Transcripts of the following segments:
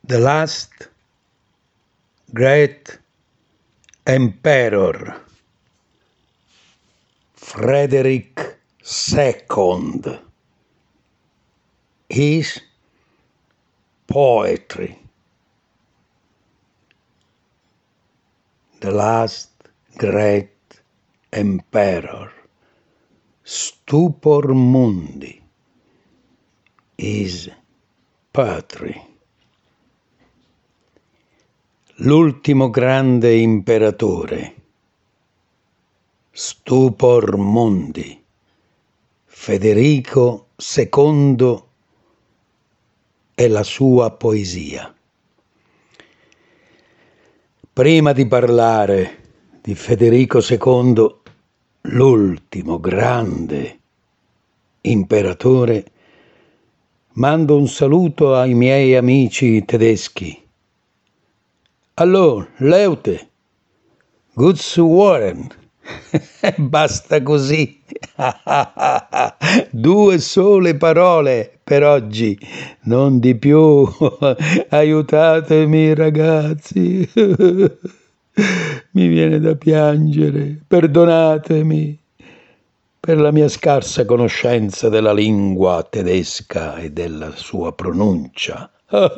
The Last Great Emperor, Frederick II, his poetry. The Last Great Emperor, Stupor Mundi, his poetry. L'ultimo grande imperatore, Stupor Mundi, Federico II e la sua poesia. Prima di parlare di Federico II, l'ultimo grande imperatore, mando un saluto ai miei amici tedeschi. Hallo, Leute, Guts Warren, basta così, 2 sole parole per oggi, non di più, aiutatemi ragazzi, mi viene da piangere, perdonatemi per la mia scarsa conoscenza della lingua tedesca e della sua pronuncia.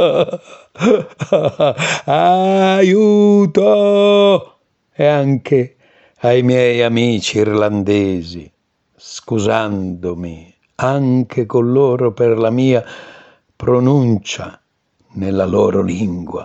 Aiuto! E anche ai miei amici irlandesi, scusandomi anche con loro per la mia pronuncia nella loro lingua.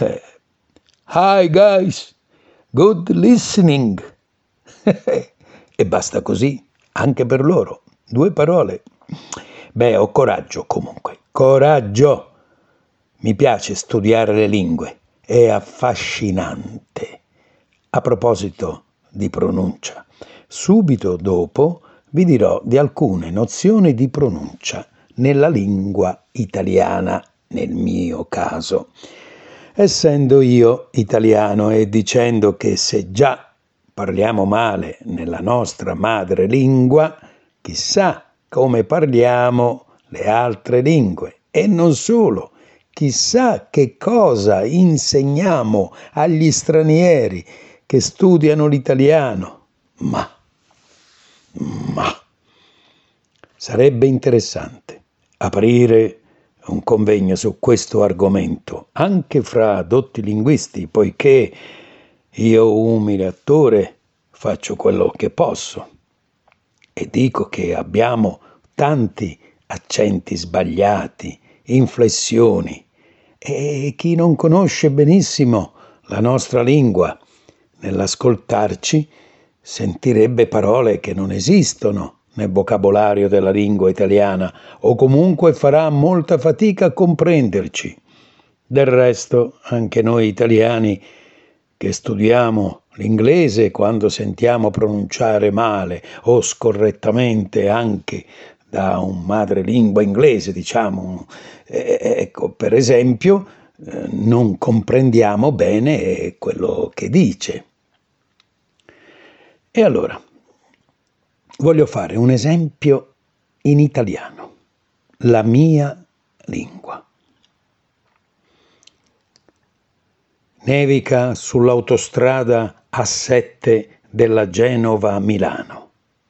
Hi guys, good listening. E basta così, anche per loro, 2 parole. Beh, ho coraggio comunque, coraggio! Mi piace studiare le lingue, è affascinante. A proposito di pronuncia, subito dopo vi dirò di alcune nozioni di pronuncia nella lingua italiana, nel mio caso. Essendo io italiano e dicendo che se già parliamo male nella nostra madrelingua, chissà come parliamo le altre lingue e non solo. Chissà che cosa insegniamo agli stranieri che studiano l'italiano. Ma sarebbe interessante aprire un convegno su questo argomento, anche fra dotti linguisti, poiché io, umile attore, faccio quello che posso e dico che abbiamo tanti accenti sbagliati, inflessioni, e chi non conosce benissimo la nostra lingua, nell'ascoltarci sentirebbe parole che non esistono nel vocabolario della lingua italiana o comunque farà molta fatica a comprenderci. Del resto, anche noi italiani che studiamo l'inglese, quando sentiamo pronunciare male o scorrettamente anche da un madrelingua inglese, diciamo, ecco, per esempio, non comprendiamo bene quello che dice. E allora, voglio fare un esempio in italiano, la mia lingua. Nevica sull'autostrada A7 della Genova a Milano.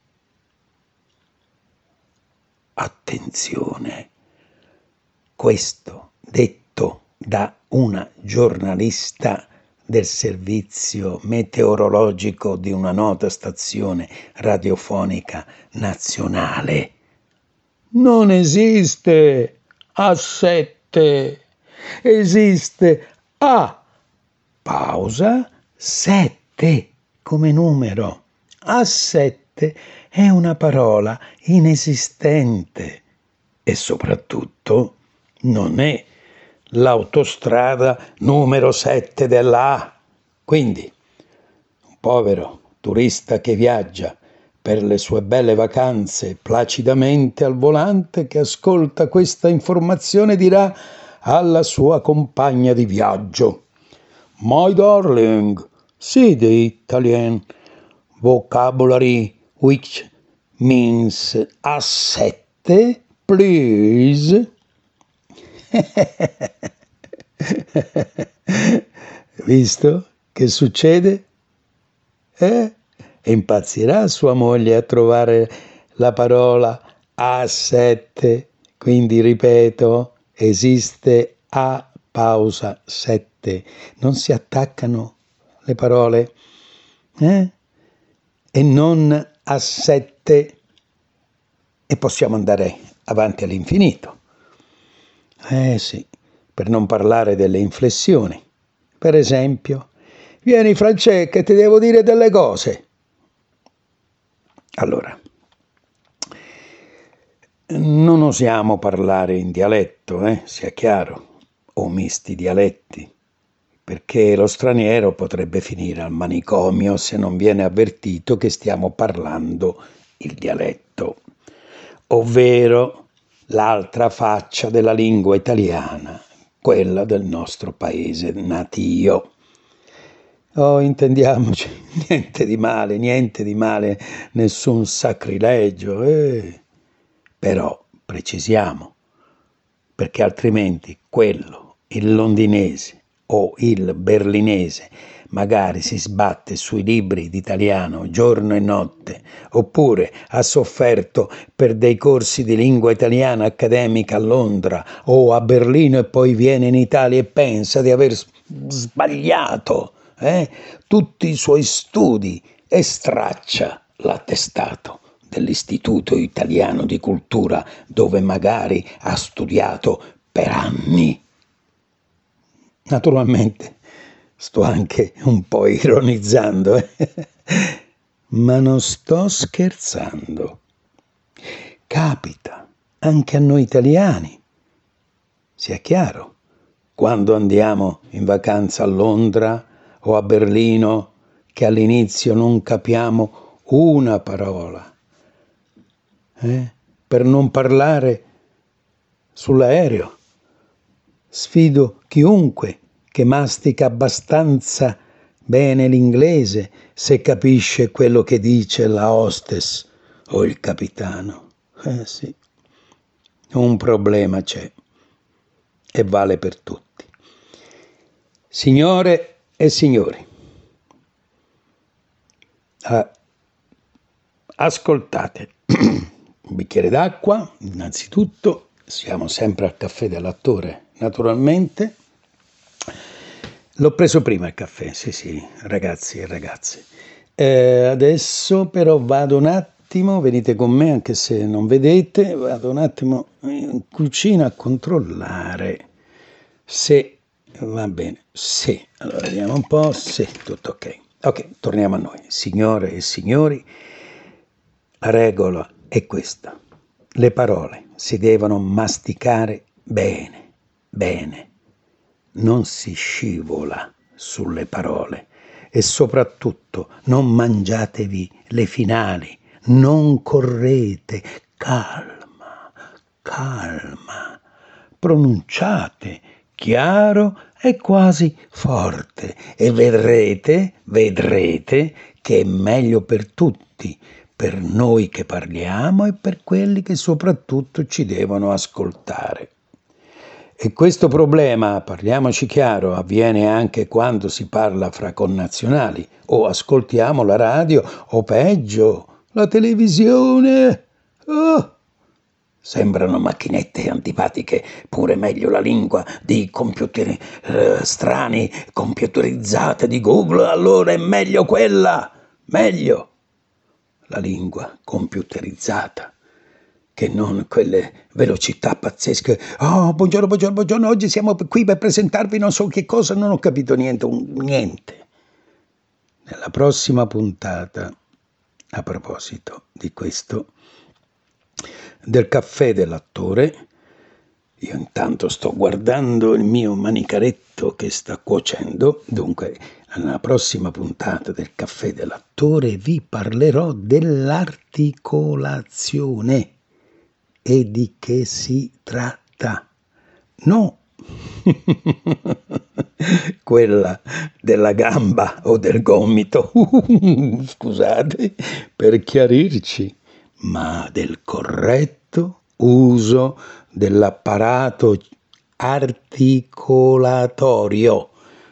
Attenzione, questo detto da una giornalista del servizio meteorologico di una nota stazione radiofonica nazionale. Non esiste A7, esiste A, pausa, 7 come numero. A7 è una parola inesistente e soprattutto non è l'autostrada numero 7 della A. Quindi un povero turista che viaggia per le sue belle vacanze placidamente al volante, che ascolta questa informazione, dirà alla sua compagna di viaggio: My darling, see the Italian vocabulary which means A7, please. Visto che succede? Impazzirà sua moglie a trovare la parola A7. Quindi ripeto, esiste A pausa 7. Non si attaccano le parole e non a 7 e possiamo andare avanti all'infinito. Sì, per non parlare delle inflessioni. Per esempio, vieni Francesca, ti devo dire delle cose. Allora, non osiamo parlare in dialetto, sia chiaro, o misti dialetti, perché lo straniero potrebbe finire al manicomio se non viene avvertito che stiamo parlando il dialetto, ovvero l'altra faccia della lingua italiana, quella del nostro paese natio. Oh, intendiamoci, niente di male, nessun sacrilegio, Però precisiamo, perché altrimenti quello, il londinese o il berlinese, magari si sbatte sui libri d'italiano giorno e notte, oppure ha sofferto per dei corsi di lingua italiana accademica a Londra o a Berlino e poi viene in Italia e pensa di aver sbagliato tutti i suoi studi e straccia l'attestato dell'Istituto Italiano di Cultura dove magari ha studiato per anni. Naturalmente sto anche un po' ironizzando, ma non sto scherzando. Capita anche a noi italiani, sia chiaro, quando andiamo in vacanza a Londra o a Berlino, che all'inizio non capiamo una parola, per non parlare sull'aereo. Sfido chiunque che mastica abbastanza bene l'inglese se capisce quello che dice la hostess o il capitano. Sì, un problema c'è e vale per tutti. Signore e signori, ascoltate, un bicchiere d'acqua, innanzitutto, siamo sempre al caffè dell'attore, naturalmente. L'ho preso prima il caffè, sì, ragazzi e ragazze. Adesso però vado un attimo, venite con me anche se non vedete, vado un attimo in cucina a controllare se va bene, sì. Allora vediamo un po', sì, tutto ok. Ok, torniamo a noi. Signore e signori, la regola è questa. Le parole si devono masticare bene, bene. Non si scivola sulle parole e soprattutto non mangiatevi le finali, non correte, calma, pronunciate chiaro e quasi forte e vedrete che è meglio per tutti, per noi che parliamo e per quelli che soprattutto ci devono ascoltare. E questo problema, parliamoci chiaro, avviene anche quando si parla fra connazionali o ascoltiamo la radio o peggio, la televisione. Sembrano macchinette antipatiche, pure meglio la lingua di computer strani, computerizzate di Google, allora è meglio quella, meglio la lingua computerizzata che non quelle velocità pazzesche. Oh, buongiorno, oggi siamo qui per presentarvi non so che cosa, non ho capito niente. Nella prossima puntata, a proposito di questo, del caffè dell'attore, io intanto sto guardando il mio manicaretto che sta cuocendo, dunque nella prossima puntata del caffè dell'attore vi parlerò dell'articolazione. E di che si tratta? No, quella della gamba o del gomito, scusate, per chiarirci, ma del corretto uso dell'apparato articolatorio,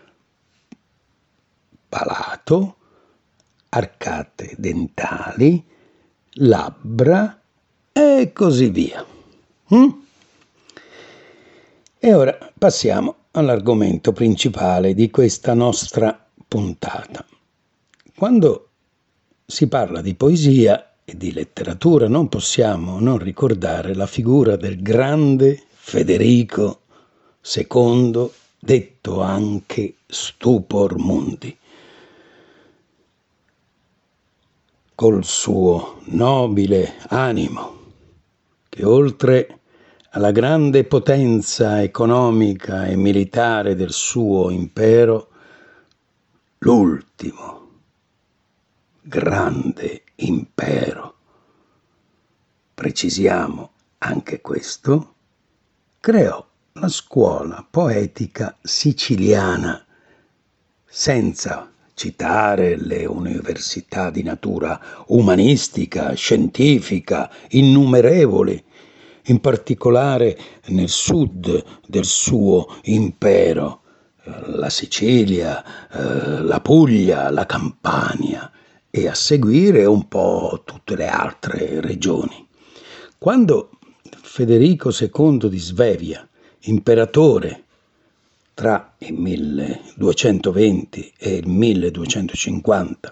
palato, arcate dentali, labbra e così via. E ora passiamo all'argomento principale di questa nostra puntata. Quando si parla di poesia e di letteratura non possiamo non ricordare la figura del grande Federico II, detto anche Stupor Mundi. Col suo nobile animo, che oltre alla grande potenza economica e militare del suo impero, l'ultimo grande impero, precisiamo anche questo, creò la scuola poetica siciliana, senza citare le università di natura umanistica, scientifica, innumerevoli, in particolare nel sud del suo impero, la Sicilia, la Puglia, la Campania e a seguire un po' tutte le altre regioni. Quando Federico II di Svevia, imperatore tra il 1220 e il 1250,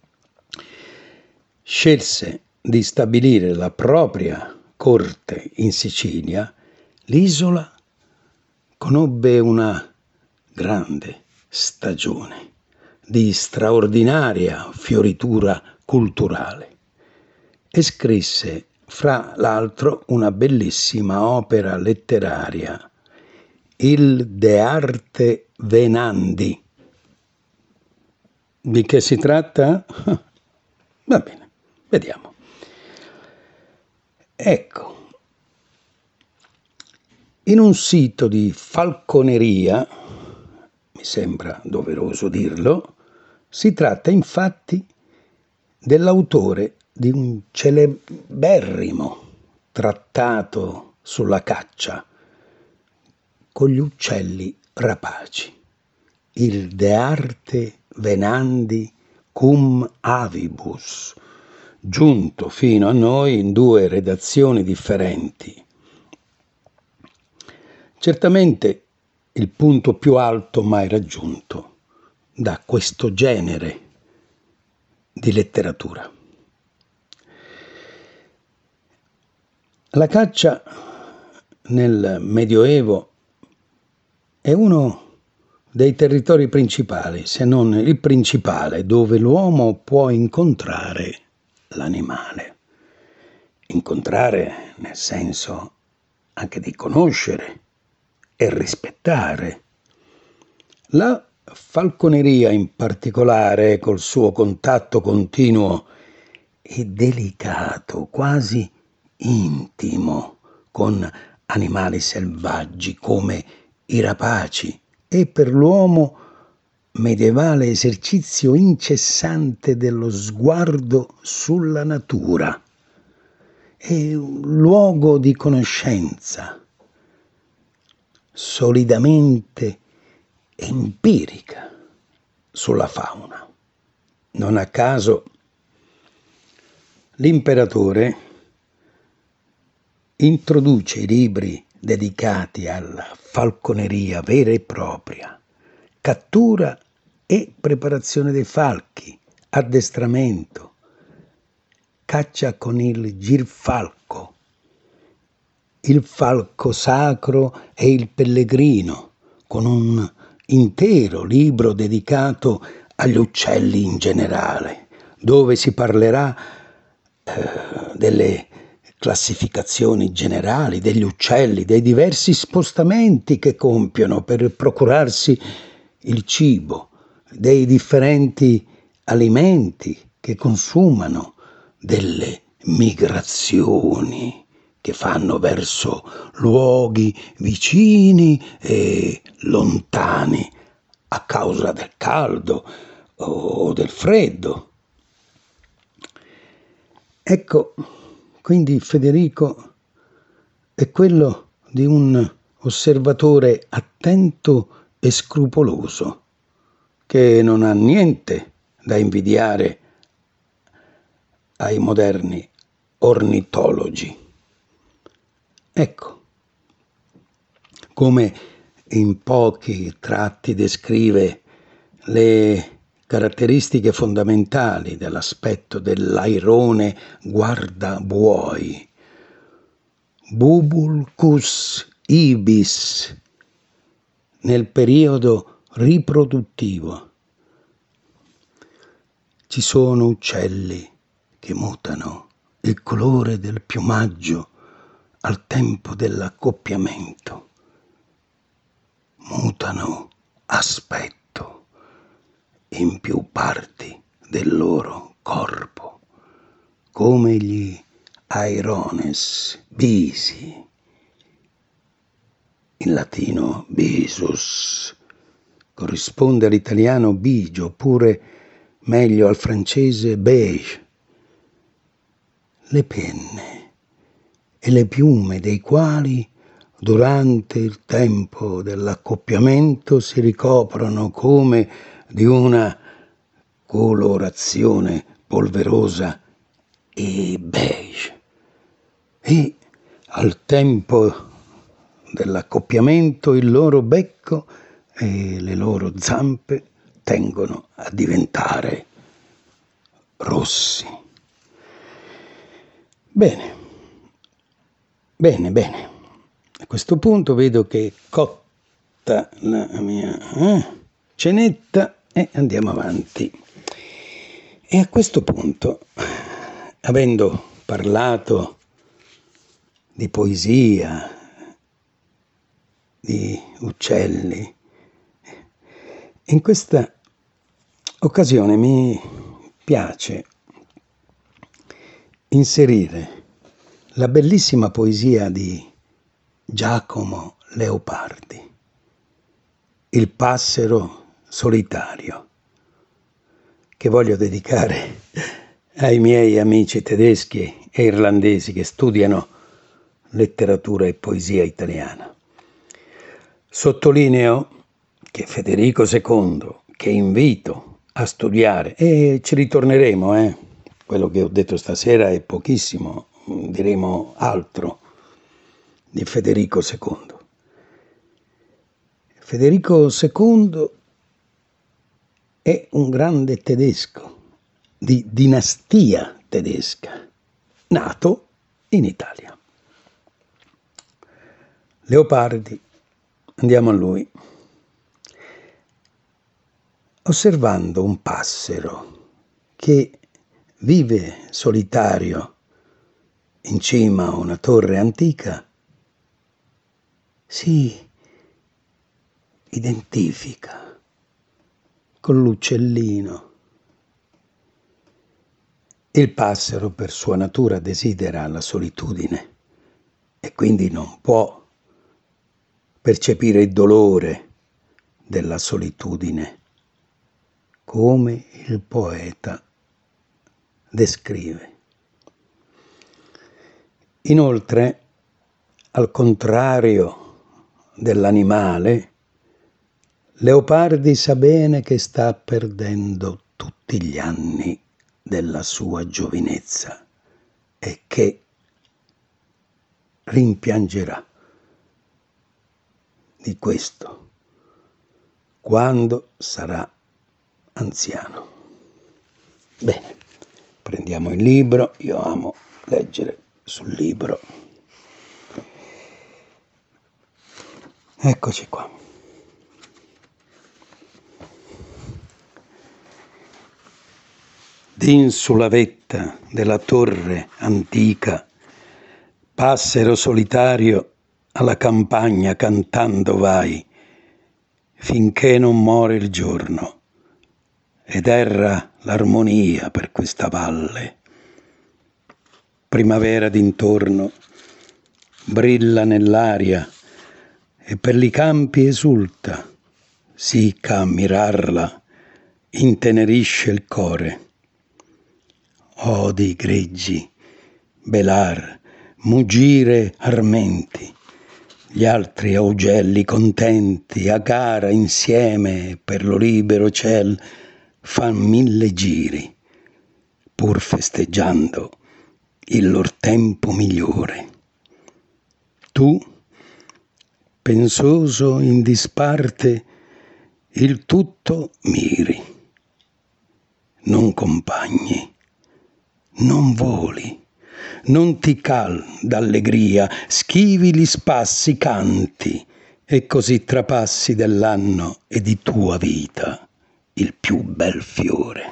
scelse di stabilire la propria corte in Sicilia, l'isola conobbe una grande stagione di straordinaria fioritura culturale e scrisse fra l'altro una bellissima opera letteraria, il De Arte Venandi. Di che si tratta? Va bene, vediamo. Ecco, in un sito di falconeria, mi sembra doveroso dirlo, si tratta infatti dell'autore di un celeberrimo trattato sulla caccia con gli uccelli rapaci, il De Arte Venandi cum avibus, giunto fino a noi in 2 redazioni differenti. Certamente il punto più alto mai raggiunto da questo genere di letteratura. La caccia nel Medioevo è uno dei territori principali, se non il principale, dove l'uomo può incontrare l'animale. Incontrare nel senso anche di conoscere e rispettare. La falconeria in particolare, col suo contatto continuo e delicato, quasi intimo, con animali selvaggi come i rapaci, e per l'uomo medievale esercizio incessante dello sguardo sulla natura. È un luogo di conoscenza solidamente empirica sulla fauna. Non a caso l'imperatore introduce i libri dedicati alla falconeria vera e propria, cattura e preparazione dei falchi, addestramento, caccia con il girfalco, il falco sacro e il pellegrino, con un intero libro dedicato agli uccelli in generale, dove si parlerà delle classificazioni generali degli uccelli, dei diversi spostamenti che compiono per procurarsi il cibo, dei differenti alimenti che consumano, delle migrazioni che fanno verso luoghi vicini e lontani a causa del caldo o del freddo. Ecco, quindi Federico è quello di un osservatore attento e scrupoloso, che non ha niente da invidiare ai moderni ornitologi. Ecco, come in pochi tratti descrive le caratteristiche fondamentali dell'aspetto dell'airone guardabuoi, Bubulcus ibis, nel periodo riproduttivo. Ci sono uccelli che mutano il colore del piumaggio al tempo dell'accoppiamento, mutano aspetto in più parti del loro corpo, come gli airones bisi, in latino bisus, corrisponde all'italiano bigio, oppure meglio al francese beige. Le penne e le piume dei quali durante il tempo dell'accoppiamento si ricoprono come di una colorazione polverosa e beige, e al tempo dell'accoppiamento il loro becco e le loro zampe tendono a diventare rossi. Bene. A questo punto vedo che è cotta la mia cenetta e andiamo avanti. E a questo punto, avendo parlato di poesia, di uccelli, in questa occasione mi piace inserire la bellissima poesia di Giacomo Leopardi, Il passero solitario, che voglio dedicare ai miei amici tedeschi e irlandesi che studiano letteratura e poesia italiana. Sottolineo che Federico II, che invito a studiare, e ci ritorneremo, quello che ho detto stasera è pochissimo, diremo altro di Federico II. Federico II è un grande tedesco, di dinastia tedesca, nato in Italia. Leopardi, andiamo a lui. Osservando un passero che vive solitario in cima a una torre antica, si identifica con l'uccellino. Il passero per sua natura desidera la solitudine e quindi non può percepire il dolore della solitudine, come il poeta descrive. Inoltre, al contrario dell'animale, Leopardi sa bene che sta perdendo tutti gli anni della sua giovinezza e che rimpiangerà di questo quando sarà anziano. Bene, prendiamo il libro, io amo leggere sul libro. Eccoci qua. Din sulla vetta della torre antica, passero solitario alla campagna cantando vai, finché non muore il giorno ed erra l'armonia per questa valle. Primavera d'intorno brilla nell'aria e per li campi esulta, sì che a mirarla intenerisce il core. Odi greggi, belar, muggire armenti, Gli altri augelli contenti a gara insieme per lo libero ciel fan 1000 giri, pur festeggiando il lor tempo migliore. Tu, pensoso in disparte, il tutto miri, non compagni, non voli, non ti cal d'allegria, schivi gli spassi, canti, e così trapassi dell'anno e di tua vita il più bel fiore.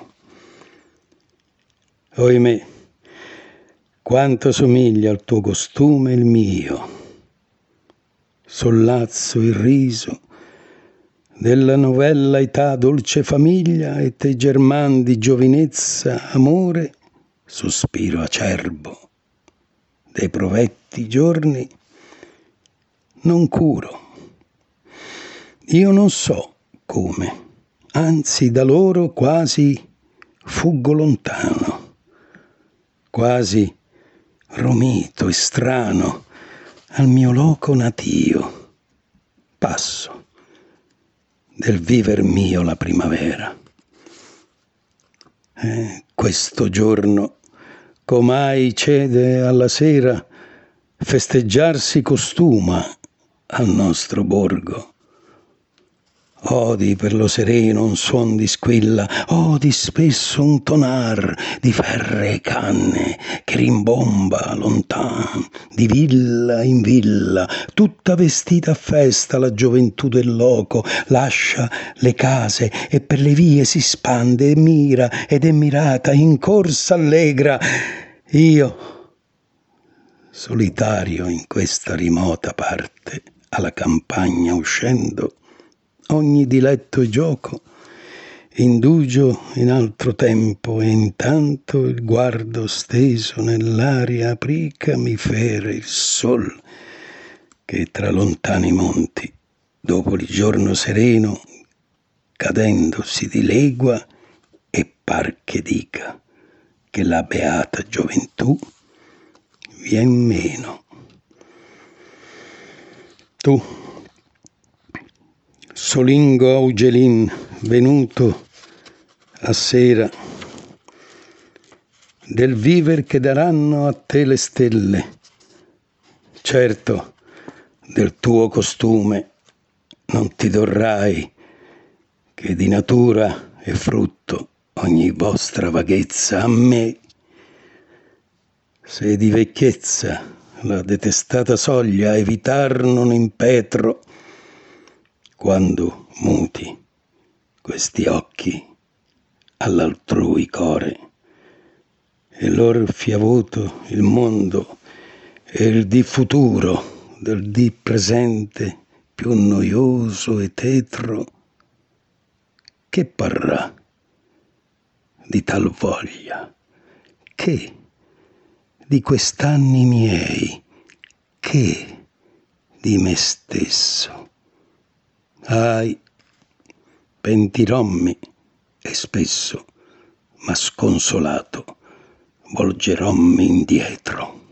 Oimè, quanto somiglia al tuo costume il mio, sollazzo il riso della novella età, dolce famiglia, e te german di giovinezza, amore, sospiro acerbo dei provetti giorni, non curo. Io non so come, anzi da loro quasi fuggo lontano, quasi romito e strano al mio loco natio. Passo del viver mio la primavera. Questo giorno, com'ai cede alla sera, festeggiar si costuma al nostro borgo. Odi per lo sereno un suon di squilla, odi spesso un tonar di ferree canne che rimbomba lontan, di villa in villa, tutta vestita a festa la gioventù del loco, lascia le case e per le vie si spande e mira ed è mirata in corsa allegra. Io, solitario in questa rimota parte, alla campagna uscendo, ogni diletto e gioco indugio in altro tempo, e intanto il guardo steso nell'aria aprica mi fere il sol che tra lontani monti, dopo il giorno sereno, cadendo si dilegua, e par che dica che la beata gioventù vien meno. Tu, solingo augelin venuto a sera, del viver che daranno a te le stelle, certo del tuo costume non ti dorrai, che di natura è frutto ogni vostra vaghezza. A me, se di vecchiezza la detestata soglia evitar non impetro, quando muti questi occhi all'altrui core, e lor fia avuto il mondo e il di futuro del di presente più noioso e tetro, che parrà di tal voglia, che di quest'anni miei, che di me stesso. Ahi, pentirommi e spesso, ma sconsolato, volgerommi indietro.